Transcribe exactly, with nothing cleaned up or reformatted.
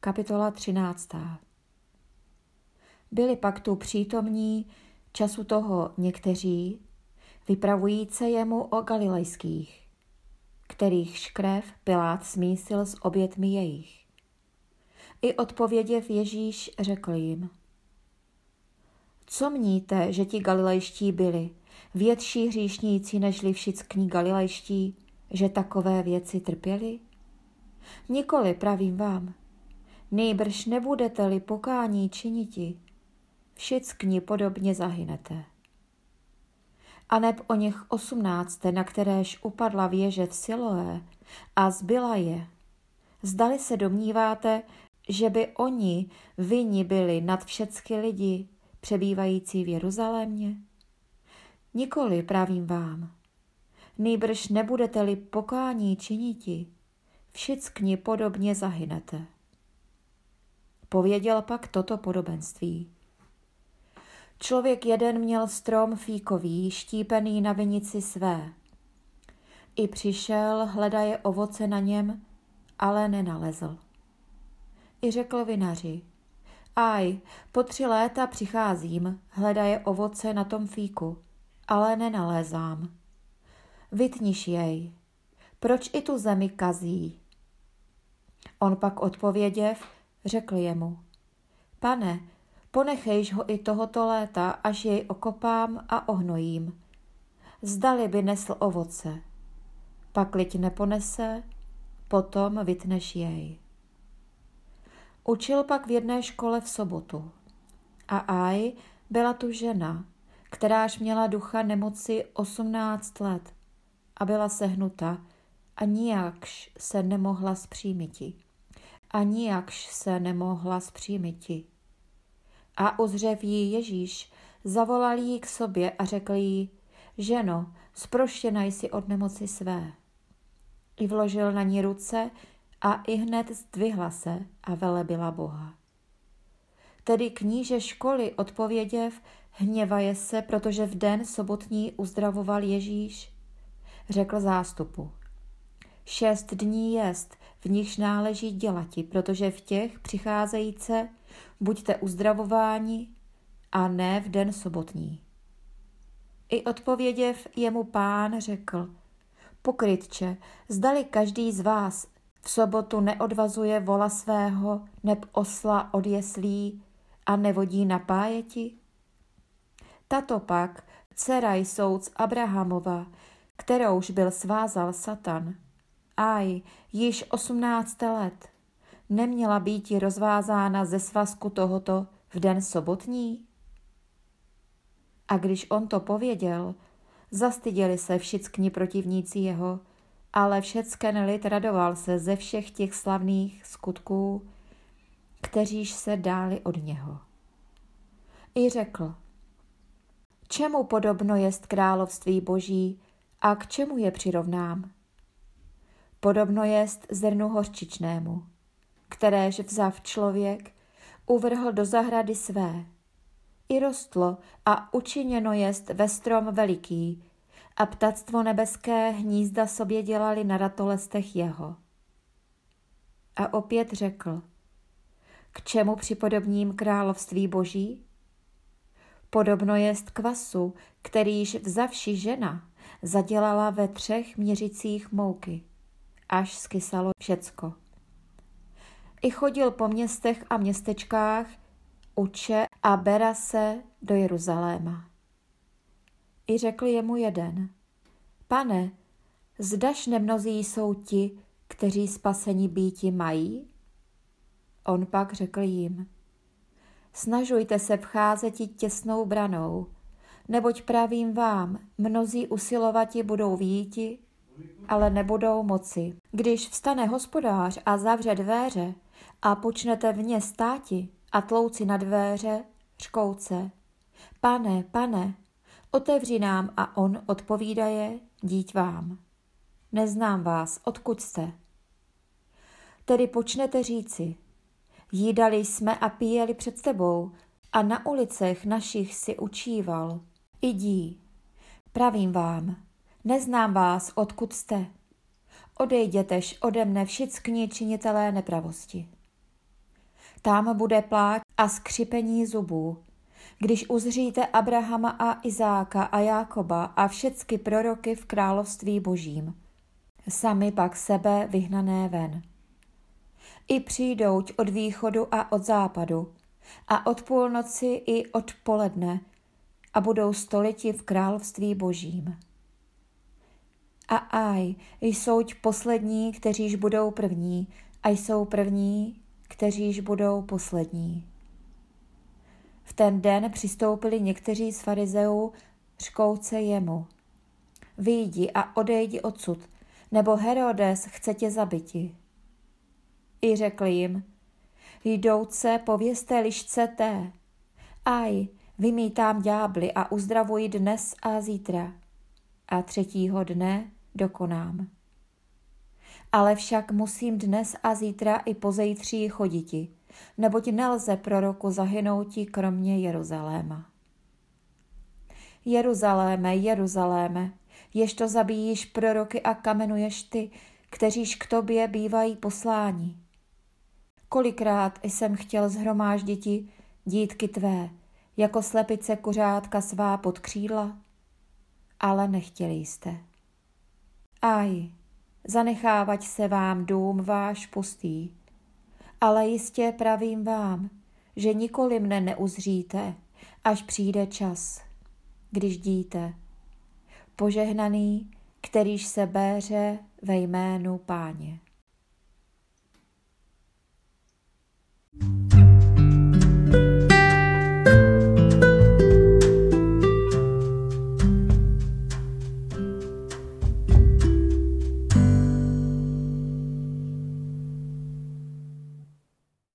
Kapitola třináctá. Byli pak tu přítomní času toho někteří, vypravujíce jemu o galilejských, kterých krev Pilát smísil s obětmi jejich. I odpověděv Ježíš řekl jim: Co mníte, že ti galilejští byli větší hříšníci nežli všichni galilejští, že takové věci trpěli? Nikoli, pravím vám, nejbrž nebudete-li pokání činiti, všichni podobně zahynete. A neb o nich osmnácté, na kteréž upadla věže v Siloé a zbyla je, zdali se domníváte, že by oni vinni byli nad všecky lidi přebývající v Jeruzalémě? Nikoli, pravím vám, nejbrž nebudete-li pokání činiti, všichni podobně zahynete. Pověděl pak toto podobenství. Člověk jeden měl strom fíkový, štípený na vinici své. I přišel, hledaje ovoce na něm, ale nenalezl. I řekl vinaři: Aj, po tři léta přicházím, hledaje ovoce na tom fíku, ale nenalézám. Vytniš jej, proč i tu zemi kazí? On pak odpověděv, řekl jemu: Pane, ponechejš ho i tohoto léta, až jej okopám a ohnojím. Zdali by nesl ovoce. Pakliť neponese, potom vytneš jej. Učil pak v jedné škole v sobotu. A aj byla tu žena, kteráž měla ducha nemoci osmnáct let a byla sehnuta a nijakž se nemohla zpřímiti. A nijakž se nemohla zpřímiti. A uzřev jí Ježíš, zavolal jí k sobě a řekl jí: Ženo, zproštěna jsi od nemoci své. I vložil na ní ruce a i hned zdvihla se a velebila Boha. Tedy kníže školy odpověděv, hněvaje se, protože v den sobotní uzdravoval Ježíš, řekl zástupu: Šest dní jest, v nichž náleží dělati, protože v těch přicházejíce buďte uzdravováni a ne v den sobotní. I odpověděv jemu Pán řekl: Pokrytče, zdali každý z vás v sobotu neodvazuje vola svého, neb osla od jeslí a nevodí na pájeti? Tato pak, dcera jsou z Abrahamova, kterouž byl svázal Satan, aj již osmnáct let, neměla být rozvázána ze svazku tohoto v den sobotní? A když on to pověděl, zastyděli se všichni protivníci jeho, ale všecken lid radoval se ze všech těch slavných skutků, kteříž se dáli od něho. I řekl: Čemu podobno jest království Boží a k čemu je přirovnám? Podobno jest zrnu hořčičnému, kteréž vzav člověk, uvrhl do zahrady své. I rostlo a učiněno jest ve strom veliký, a ptactvo nebeské hnízda sobě dělali na ratolestech jeho. A opět řekl: K čemu připodobním království Boží? Podobno jest kvasu, kterýž vzavši žena zadělala ve třech měřicích mouky, až skysalo všecko. I chodil po městech a městečkách, uče a bera se do Jeruzaléma. I řekl jemu jeden: Pane, zdaž nemnozí jsou ti, kteří spaseni býti mají? On pak řekl jim: Snažujte se vcházeti těsnou branou, neboť pravím vám, mnozí usilovati budou výjiti, ale nebudou moci. Když vstane hospodář a zavře dvéře a počnete vně státi a tlouci na dvéře, řkouce: Pane, pane, otevři nám, a on odpovídaje: Díť vám. Neznám vás, odkud jste. Tedy počnete říci: Jídali jsme a píjeli před tebou a na ulicech našich si učíval. Idí. Pravím vám, neznám vás, odkud jste. Odejdětež ode mne všichni činitelé nepravosti. Tam bude pláč a skřipení zubů, když uzříte Abrahama a Izáka a Jákoba a všecky proroky v království božím. Sami pak sebe vyhnané ven. I přijdouť od východu a od západu a od půlnoci i od poledne a budou stoliti v království božím. A aj, jsouť poslední, kteříž budou první, a jsou první, kteříž budou poslední. V ten den přistoupili někteří z farizeů řkouce jemu: Vyjdi a odejdi odsud, nebo Herodes chce tě zabiti. I řekl jim: Jdouce povězte lišce té: Aj, vymítám ďábly a uzdravuji dnes a zítra, a třetího dne dokonám. Ale však musím dnes a zítra i pozejtří choditi, neboť nelze proroku zahynouti kromě Jeruzaléma. Jeruzaléme, Jeruzaléme, ježto zabíjíš proroky a kamenuješ ty, kteříž k tobě bývají posláni. Kolikrát jsem chtěl shromážditi dítky tvé, jako slepice kuřátka svá pod křídla, ale nechtěli jste. Aj, zanechávať se vám dům váš pustý, ale jistě pravím vám, že nikoli mne neuzříte, až přijde čas, když díte. Požehnaný, kterýž se béře ve jménu Páně.